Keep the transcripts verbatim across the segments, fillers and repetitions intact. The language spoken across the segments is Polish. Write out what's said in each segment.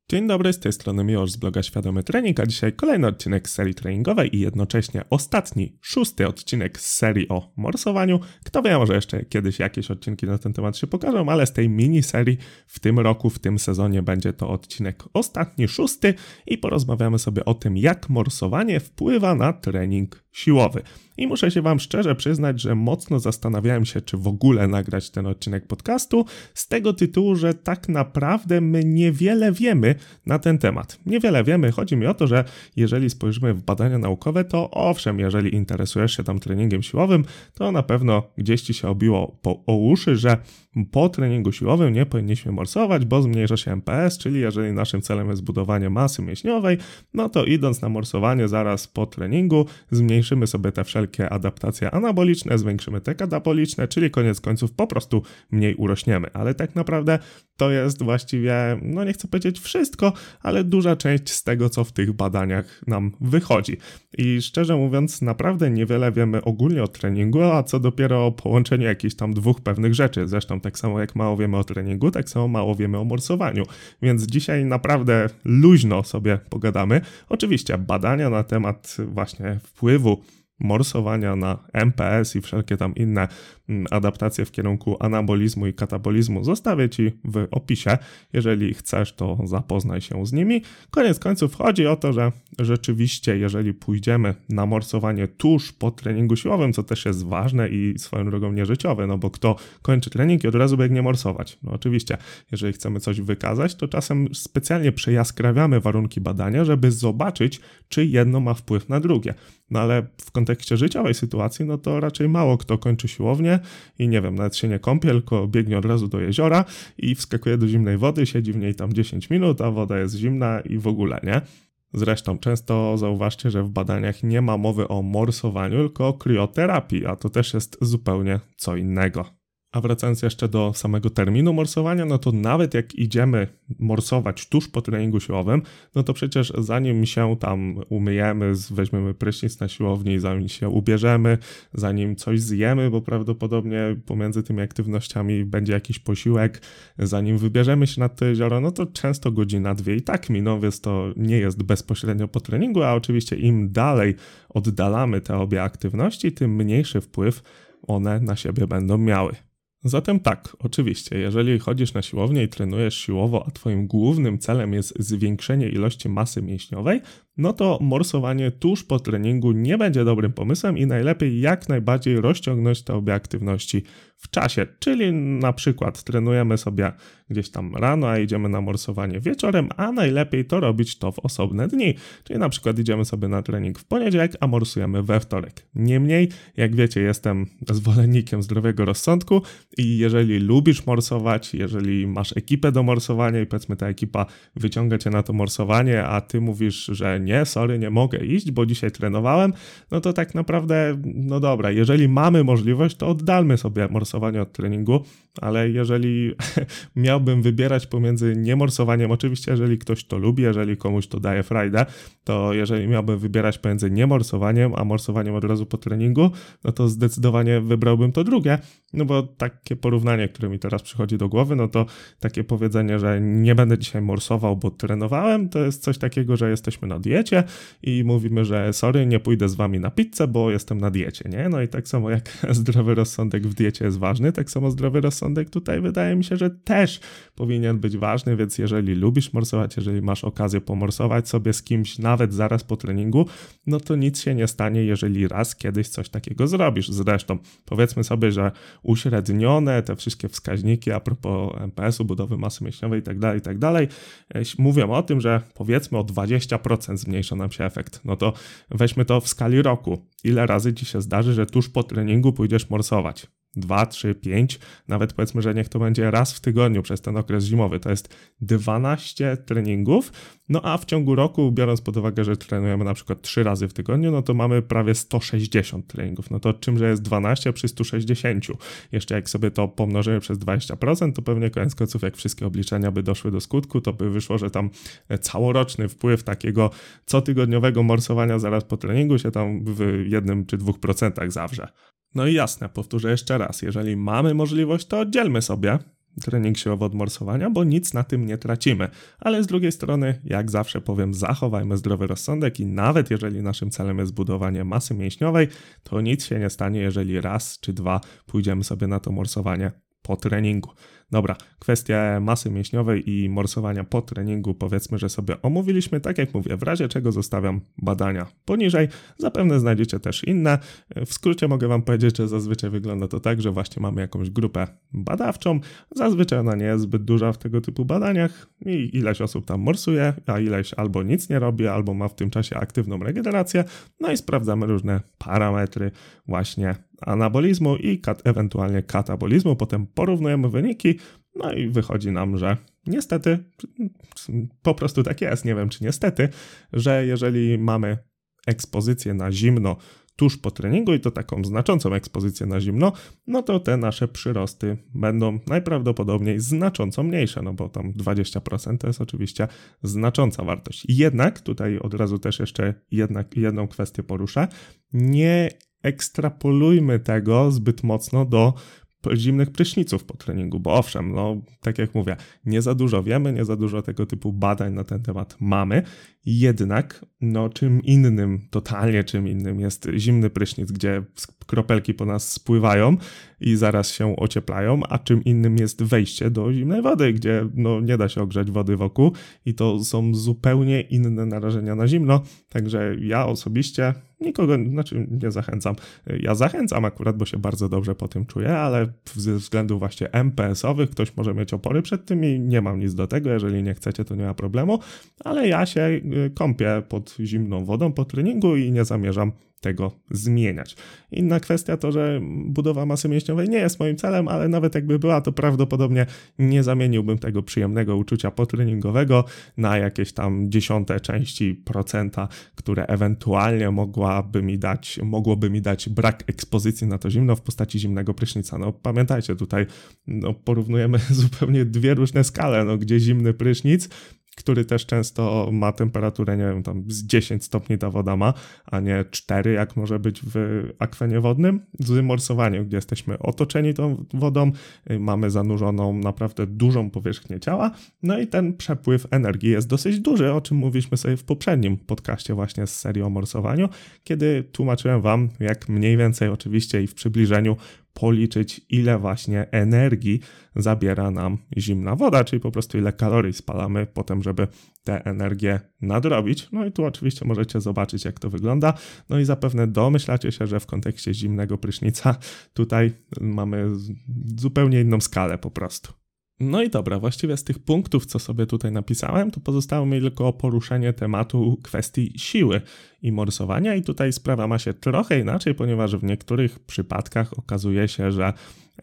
Dzień dobry, z tej strony Miłosz z bloga Świadomy Trening, a dzisiaj kolejny odcinek z serii treningowej i jednocześnie ostatni, szósty odcinek z serii o morsowaniu. Kto wie, może jeszcze kiedyś jakieś odcinki na ten temat się pokażą, ale z tej miniserii w tym roku, w tym sezonie będzie to odcinek ostatni, szósty i porozmawiamy sobie o tym, jak morsowanie wpływa na trening siłowy. I muszę się wam szczerze przyznać, że mocno zastanawiałem się, czy w ogóle nagrać ten odcinek podcastu, z tego tytułu, że tak naprawdę my niewiele wiemy na ten temat. Niewiele wiemy, chodzi mi o to, że jeżeli spojrzymy w badania naukowe, to owszem, jeżeli interesujesz się tam treningiem siłowym, to na pewno gdzieś ci się obiło po, o uszy, że po treningu siłowym nie powinniśmy morsować, bo zmniejsza się M P S, czyli jeżeli naszym celem jest budowanie masy mięśniowej, no to idąc na morsowanie zaraz po treningu, zmniejszymy sobie te wszelkie adaptacje anaboliczne, zwiększymy te kataboliczne, czyli koniec końców po prostu mniej urośniemy. Ale tak naprawdę to jest właściwie, no nie chcę powiedzieć wszystko, ale duża część z tego, co w tych badaniach nam wychodzi. I szczerze mówiąc, naprawdę niewiele wiemy ogólnie o treningu, a co dopiero o połączeniu jakichś tam dwóch pewnych rzeczy. Zresztą tak samo jak mało wiemy o treningu, tak samo mało wiemy o morsowaniu. Więc dzisiaj naprawdę luźno sobie pogadamy. Oczywiście badania na temat właśnie wpływu morsowania na M P S i wszelkie tam inne adaptacje w kierunku anabolizmu i katabolizmu zostawię ci w opisie. Jeżeli chcesz, to zapoznaj się z nimi. Koniec końców chodzi o to, że rzeczywiście jeżeli pójdziemy na morsowanie tuż po treningu siłowym, co też jest ważne i swoją drogą nieżyciowe, no bo kto kończy trening i od razu biegnie morsować? No oczywiście, jeżeli chcemy coś wykazać, to czasem specjalnie przejaskrawiamy warunki badania, żeby zobaczyć, czy jedno ma wpływ na drugie. No ale w kontekście życiowej sytuacji, no to raczej mało kto kończy siłownię i nie wiem, nawet się nie kąpie, tylko biegnie od razu do jeziora i wskakuje do zimnej wody, siedzi w niej tam dziesięć minut, a woda jest zimna i w ogóle, nie? Zresztą często zauważcie, że w badaniach nie ma mowy o morsowaniu, tylko o krioterapii, a to też jest zupełnie co innego. A wracając jeszcze do samego terminu morsowania, no to nawet jak idziemy morsować tuż po treningu siłowym, no to przecież zanim się tam umyjemy, weźmiemy prysznic na siłowni, zanim się ubierzemy, zanim coś zjemy, bo prawdopodobnie pomiędzy tymi aktywnościami będzie jakiś posiłek, zanim wybierzemy się nad to jezioro, no to często godzina, dwie i tak miną, więc to nie jest bezpośrednio po treningu, a oczywiście im dalej oddalamy te obie aktywności, tym mniejszy wpływ one na siebie będą miały. Zatem tak, oczywiście, jeżeli chodzisz na siłownię i trenujesz siłowo, a twoim głównym celem jest zwiększenie ilości masy mięśniowej, no to morsowanie tuż po treningu nie będzie dobrym pomysłem i najlepiej jak najbardziej rozciągnąć te obie aktywności w czasie, czyli na przykład trenujemy sobie gdzieś tam rano, a idziemy na morsowanie wieczorem, a najlepiej to robić to w osobne dni, czyli na przykład idziemy sobie na trening w poniedziałek, a morsujemy we wtorek. Niemniej, jak wiecie, jestem zwolennikiem zdrowego rozsądku i jeżeli lubisz morsować, jeżeli masz ekipę do morsowania i powiedzmy ta ekipa wyciąga cię na to morsowanie, a ty mówisz, że nie, sorry, nie mogę iść, bo dzisiaj trenowałem, no to tak naprawdę, no dobra, jeżeli mamy możliwość, to oddalmy sobie morsowanie od treningu, ale jeżeli miałbym wybierać pomiędzy niemorsowaniem, oczywiście jeżeli ktoś to lubi, jeżeli komuś to daje frajdę, to jeżeli miałbym wybierać pomiędzy niemorsowaniem, a morsowaniem od razu po treningu, no to zdecydowanie wybrałbym to drugie, no bo takie porównanie, które mi teraz przychodzi do głowy, no to takie powiedzenie, że nie będę dzisiaj morsował, bo trenowałem, to jest coś takiego, że jesteśmy na diecie i mówimy, że sorry, nie pójdę z wami na pizzę, bo jestem na diecie, nie? No i tak samo jak zdrowy rozsądek w diecie jest ważny, tak samo zdrowy rozsądek tutaj wydaje mi się, że też powinien być ważny, więc jeżeli lubisz morsować, jeżeli masz okazję pomorsować sobie z kimś nawet zaraz po treningu, no to nic się nie stanie, jeżeli raz kiedyś coś takiego zrobisz. Zresztą powiedzmy sobie, że uśrednione te wszystkie wskaźniki a propos M P S u, budowy masy mięśniowej i tak dalej, i tak dalej, mówią o tym, że powiedzmy o dwadzieścia procent zmniejsza nam się efekt. No to weźmy to w skali roku. Ile razy ci się zdarzy, że tuż po treningu pójdziesz morsować? Dwa, trzy, pięć, nawet powiedzmy, że niech to będzie raz w tygodniu przez ten okres zimowy. To jest dwanaście treningów, no a w ciągu roku, biorąc pod uwagę, że trenujemy na przykład trzy razy w tygodniu, no to mamy prawie sto sześćdziesiąt treningów. No to czymże jest dwanaście przy stu sześćdziesięciu? Jeszcze jak sobie to pomnożymy przez dwadzieścia procent, to pewnie koniec końców, jak wszystkie obliczenia by doszły do skutku, to by wyszło, że tam całoroczny wpływ takiego cotygodniowego morsowania zaraz po treningu się tam w jednym czy dwóch procentach zawrze. No i jasne, powtórzę jeszcze raz, jeżeli mamy możliwość, to oddzielmy sobie trening siłowy od morsowania, bo nic na tym nie tracimy. Ale z drugiej strony, jak zawsze powiem, zachowajmy zdrowy rozsądek i nawet jeżeli naszym celem jest budowanie masy mięśniowej, to nic się nie stanie, jeżeli raz czy dwa pójdziemy sobie na to morsowanie po treningu. Dobra, kwestię masy mięśniowej i morsowania po treningu powiedzmy, że sobie omówiliśmy. Tak jak mówię, w razie czego zostawiam badania poniżej. Zapewne znajdziecie też inne. W skrócie mogę wam powiedzieć, że zazwyczaj wygląda to tak, że właśnie mamy jakąś grupę badawczą. Zazwyczaj ona nie jest zbyt duża w tego typu badaniach i ileś osób tam morsuje, a ileś albo nic nie robi, albo ma w tym czasie aktywną regenerację. No i sprawdzamy różne parametry właśnie anabolizmu i kat- ewentualnie katabolizmu. Potem porównujemy wyniki. No i wychodzi nam, że niestety, po prostu tak jest, nie wiem czy niestety, że jeżeli mamy ekspozycję na zimno tuż po treningu i to taką znaczącą ekspozycję na zimno, no to te nasze przyrosty będą najprawdopodobniej znacząco mniejsze, no bo tam dwadzieścia procent to jest oczywiście znacząca wartość. Jednak tutaj od razu też jeszcze jednak jedną kwestię poruszę, nie ekstrapolujmy tego zbyt mocno do zimnych pryszniców po treningu, bo owszem, no tak jak mówię, nie za dużo wiemy, nie za dużo tego typu badań na ten temat mamy, jednak no czym innym, totalnie czym innym jest zimny prysznic, gdzie kropelki po nas spływają i zaraz się ocieplają, a czym innym jest wejście do zimnej wody, gdzie no nie da się ogrzać wody wokół i to są zupełnie inne narażenia na zimno, także ja osobiście nikogo, znaczy nie zachęcam. Ja zachęcam akurat, bo się bardzo dobrze po tym czuję, ale ze względów właśnie em pe esowych ktoś może mieć opory przed tym i nie mam nic do tego, jeżeli nie chcecie, to nie ma problemu, ale ja się kąpię pod zimną wodą po treningu i nie zamierzam tego zmieniać. Inna kwestia to, że budowa masy mięśniowej nie jest moim celem, ale nawet jakby była, to prawdopodobnie nie zamieniłbym tego przyjemnego uczucia potreningowego na jakieś tam dziesiąte części procenta, które ewentualnie mogłaby mi dać, mogłoby mi dać brak ekspozycji na to zimno w postaci zimnego prysznica. No pamiętajcie, tutaj no, porównujemy zupełnie dwie różne skale, no, gdzie zimny prysznic, który też często ma temperaturę, nie wiem, tam z dziesięć stopni ta woda ma, a nie cztery, jak może być w akwenie wodnym. Z morsowaniem, gdzie jesteśmy otoczeni tą wodą, mamy zanurzoną naprawdę dużą powierzchnię ciała, no i ten przepływ energii jest dosyć duży, o czym mówiliśmy sobie w poprzednim podcaście właśnie z serii o morsowaniu, kiedy tłumaczyłem wam, jak mniej więcej oczywiście i w przybliżeniu policzyć, ile właśnie energii zabiera nam zimna woda, czyli po prostu ile kalorii spalamy potem, żeby tę energię nadrobić. No i tu oczywiście możecie zobaczyć, jak to wygląda. No i zapewne domyślacie się, że w kontekście zimnego prysznica tutaj mamy zupełnie inną skalę po prostu. No i dobra, właściwie z tych punktów, co sobie tutaj napisałem, to pozostało mi tylko poruszenie tematu kwestii siły i morsowania i tutaj sprawa ma się trochę inaczej, ponieważ w niektórych przypadkach okazuje się, że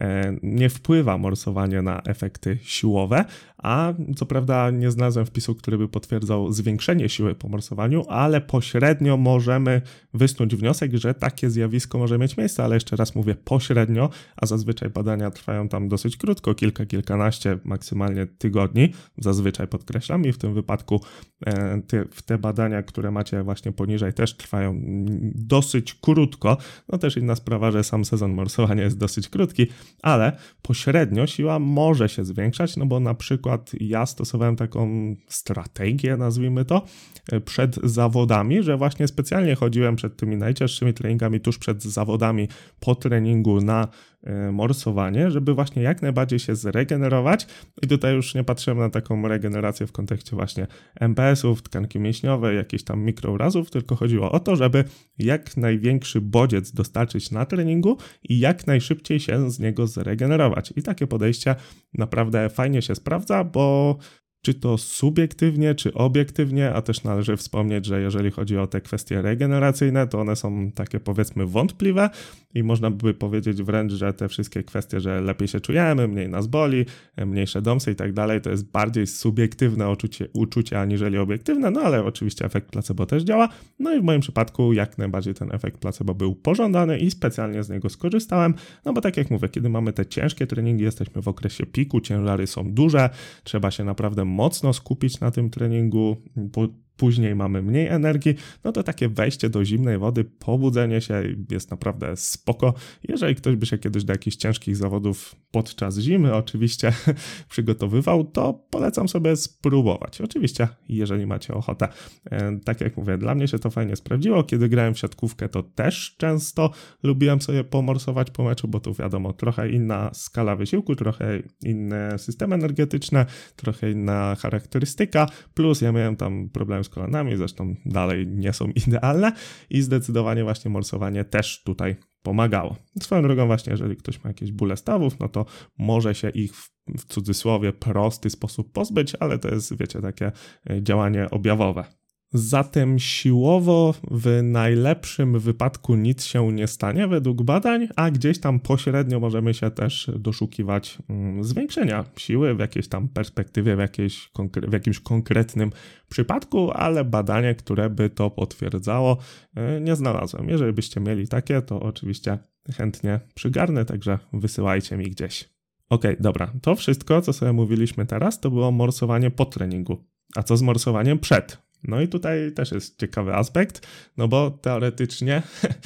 nie wpływa morsowanie na efekty siłowe, a co prawda nie znalazłem wpisu, który by potwierdzał zwiększenie siły po morsowaniu, ale pośrednio możemy wysnuć wniosek, że takie zjawisko może mieć miejsce, ale jeszcze raz mówię pośrednio, a zazwyczaj badania trwają tam dosyć krótko, kilka, kilkanaście, maksymalnie tygodni, zazwyczaj podkreślam i w tym wypadku e, te, te badania, które macie właśnie poniżej też trwają dosyć krótko, no też inna sprawa, że sam sezon morsowania jest dosyć krótki, ale pośrednio siła może się zwiększać, no bo na przykład ja stosowałem taką strategię, nazwijmy to, przed zawodami, że właśnie specjalnie chodziłem przed tymi najcięższymi treningami, tuż przed zawodami po treningu na morsowanie, żeby właśnie jak najbardziej się zregenerować i tutaj już nie patrzyłem na taką regenerację w kontekście właśnie em pe esów, tkanki mięśniowej, jakichś tam mikrourazów, tylko chodziło o to, żeby jak największy bodziec dostarczyć na treningu i jak najszybciej się z niego zregenerować. I takie podejście naprawdę fajnie się sprawdza, bo czy to subiektywnie, czy obiektywnie, a też należy wspomnieć, że jeżeli chodzi o te kwestie regeneracyjne, to one są takie powiedzmy wątpliwe i można by powiedzieć wręcz, że te wszystkie kwestie, że lepiej się czujemy, mniej nas boli, mniejsze domsy i tak dalej, to jest bardziej subiektywne uczucie, uczucie aniżeli obiektywne, no ale oczywiście efekt placebo też działa, no i w moim przypadku jak najbardziej ten efekt placebo był pożądany i specjalnie z niego skorzystałem, no bo tak jak mówię, kiedy mamy te ciężkie treningi, jesteśmy w okresie piku, ciężary są duże, trzeba się naprawdę mocno skupić na tym treningu, później mamy mniej energii, no to takie wejście do zimnej wody, pobudzenie się jest naprawdę spoko. Jeżeli ktoś by się kiedyś do jakichś ciężkich zawodów podczas zimy oczywiście przygotowywał, to polecam sobie spróbować. Oczywiście, jeżeli macie ochotę. Tak jak mówię, dla mnie się to fajnie sprawdziło. Kiedy grałem w siatkówkę, to też często lubiłem sobie pomorsować po meczu, bo tu wiadomo, trochę inna skala wysiłku, trochę inne systemy energetyczne, trochę inna charakterystyka, plus ja miałem tam problem z kolanami, zresztą dalej nie są idealne i zdecydowanie właśnie morsowanie też tutaj pomagało. Swoją drogą właśnie, jeżeli ktoś ma jakieś bóle stawów, no to może się ich w, w cudzysłowie prosty sposób pozbyć, ale to jest, wiecie, takie działanie objawowe. Zatem siłowo w najlepszym wypadku nic się nie stanie według badań, a gdzieś tam pośrednio możemy się też doszukiwać mm, zwiększenia siły w jakiejś tam perspektywie, w, jakiejś konkre- w jakimś konkretnym przypadku, ale badanie, które by to potwierdzało, yy, nie znalazłem. Jeżeli byście mieli takie, to oczywiście chętnie przygarnę, także wysyłajcie mi gdzieś. Okej, okay, dobra, to wszystko, co sobie mówiliśmy teraz, to było morsowanie po treningu. A co z morsowaniem przed? No i tutaj też jest ciekawy aspekt, no bo teoretycznie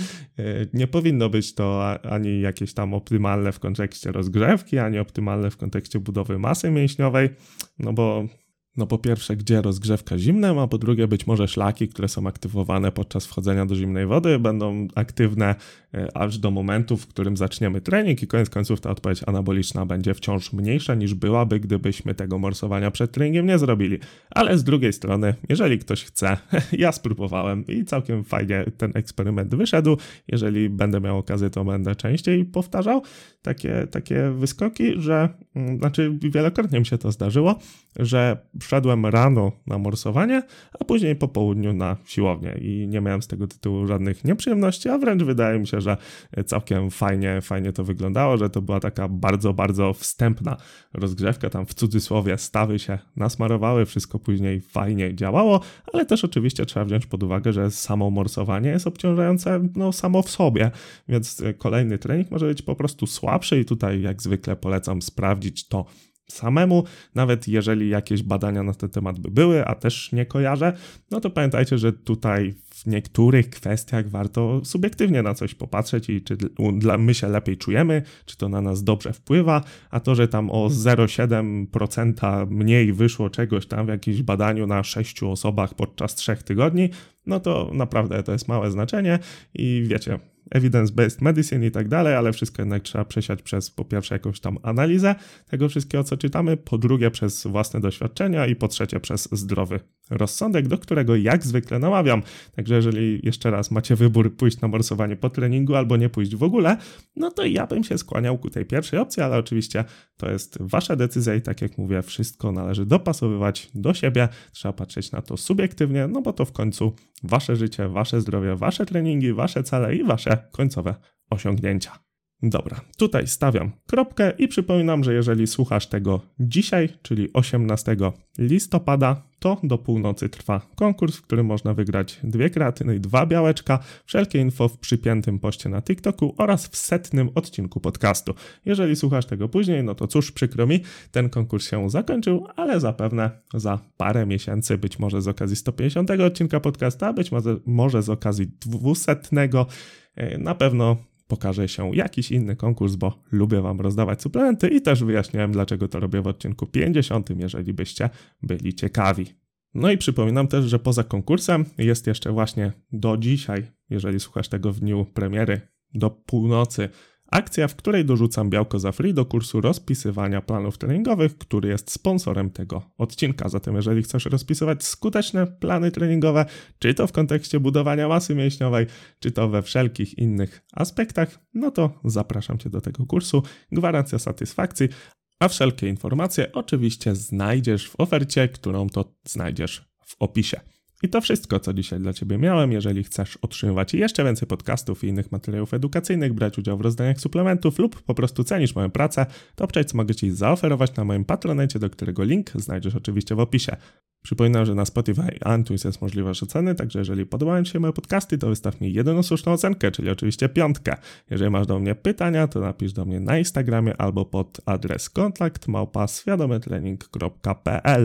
nie powinno być to ani jakieś tam optymalne w kontekście rozgrzewki, ani optymalne w kontekście budowy masy mięśniowej, no bo no po pierwsze, gdzie rozgrzewka zimnem, a po drugie być może szlaki, które są aktywowane podczas wchodzenia do zimnej wody, będą aktywne aż do momentu, w którym zaczniemy trening i koniec końców ta odpowiedź anaboliczna będzie wciąż mniejsza niż byłaby, gdybyśmy tego morsowania przed treningiem nie zrobili. Ale z drugiej strony, jeżeli ktoś chce, ja spróbowałem i całkiem fajnie ten eksperyment wyszedł. Jeżeli będę miał okazję, to będę częściej powtarzał takie, takie wyskoki, że, znaczy wielokrotnie mi się to zdarzyło, że wszedłem rano na morsowanie, a później po południu na siłownię i nie miałem z tego tytułu żadnych nieprzyjemności, a wręcz wydaje mi się, że całkiem fajnie, fajnie to wyglądało, że to była taka bardzo, bardzo wstępna rozgrzewka, tam w cudzysłowie stawy się nasmarowały, wszystko później fajnie działało, ale też oczywiście trzeba wziąć pod uwagę, że samo morsowanie jest obciążające no, samo w sobie, więc kolejny trening może być po prostu słabszy i tutaj jak zwykle polecam sprawdzić to samemu, nawet jeżeli jakieś badania na ten temat by były, a też nie kojarzę, no to pamiętajcie, że tutaj w niektórych kwestiach warto subiektywnie na coś popatrzeć i czy dla my się lepiej czujemy, czy to na nas dobrze wpływa, a to, że tam o zero przecinek siedem procent mniej wyszło czegoś tam w jakimś badaniu na sześciu osobach podczas trzech tygodni, no to naprawdę to jest małe znaczenie i wiecie, evidence-based medicine i tak dalej, ale wszystko jednak trzeba przesiać przez po pierwsze jakąś tam analizę tego wszystkiego, co czytamy, po drugie przez własne doświadczenia i po trzecie przez zdrowy rozsądek, do którego jak zwykle namawiam. Także jeżeli jeszcze raz macie wybór pójść na morsowanie po treningu albo nie pójść w ogóle, no to ja bym się skłaniał ku tej pierwszej opcji, ale oczywiście to jest wasza decyzja i tak jak mówię, wszystko należy dopasowywać do siebie, trzeba patrzeć na to subiektywnie, no bo to w końcu wasze życie, wasze zdrowie, wasze treningi, wasze cele i wasze końcowe osiągnięcia. Dobra, tutaj stawiam kropkę i przypominam, że jeżeli słuchasz tego dzisiaj, czyli osiemnastego listopada, to do północy trwa konkurs, w którym można wygrać dwie kreatyny i dwa białeczka. Wszelkie info w przypiętym poście na TikToku oraz w setnym odcinku podcastu. Jeżeli słuchasz tego później, no to cóż, przykro mi, ten konkurs się zakończył, ale zapewne za parę miesięcy, być może z okazji sto pięćdziesiątego odcinka podcasta, być może, może z okazji dwusetnego, na pewno pokaże się jakiś inny konkurs, bo lubię wam rozdawać suplementy i też wyjaśniałem, dlaczego to robię w odcinku pięćdziesiątym, jeżeli byście byli ciekawi. No i przypominam też, że poza konkursem jest jeszcze właśnie do dzisiaj, jeżeli słuchasz tego w dniu premiery, do północy, akcja, w której dorzucam białko za free do kursu rozpisywania planów treningowych, który jest sponsorem tego odcinka. Zatem jeżeli chcesz rozpisywać skuteczne plany treningowe, czy to w kontekście budowania masy mięśniowej, czy to we wszelkich innych aspektach, no to zapraszam cię do tego kursu. Gwarancja satysfakcji, a wszelkie informacje oczywiście znajdziesz w ofercie, którą to znajdziesz w opisie. I to wszystko, co dzisiaj dla Ciebie miałem. Jeżeli chcesz otrzymywać jeszcze więcej podcastów i innych materiałów edukacyjnych, brać udział w rozdaniach suplementów lub po prostu cenisz moją pracę, to obczaj, co mogę Ci zaoferować na moim Patronecie, do którego link znajdziesz oczywiście w opisie. Przypominam, że na Spotify i iTunes jest możliwość oceny, także jeżeli podobają Ci się moje podcasty, to wystaw mi jedyną słuszną ocenkę, czyli oczywiście piątkę. Jeżeli masz do mnie pytania, to napisz do mnie na Instagramie albo pod adres kontakt małpa świadomytrening kropka p l.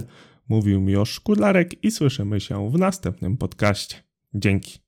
Mówił Miłosz Szkudlarek i słyszymy się w następnym podcaście. Dzięki.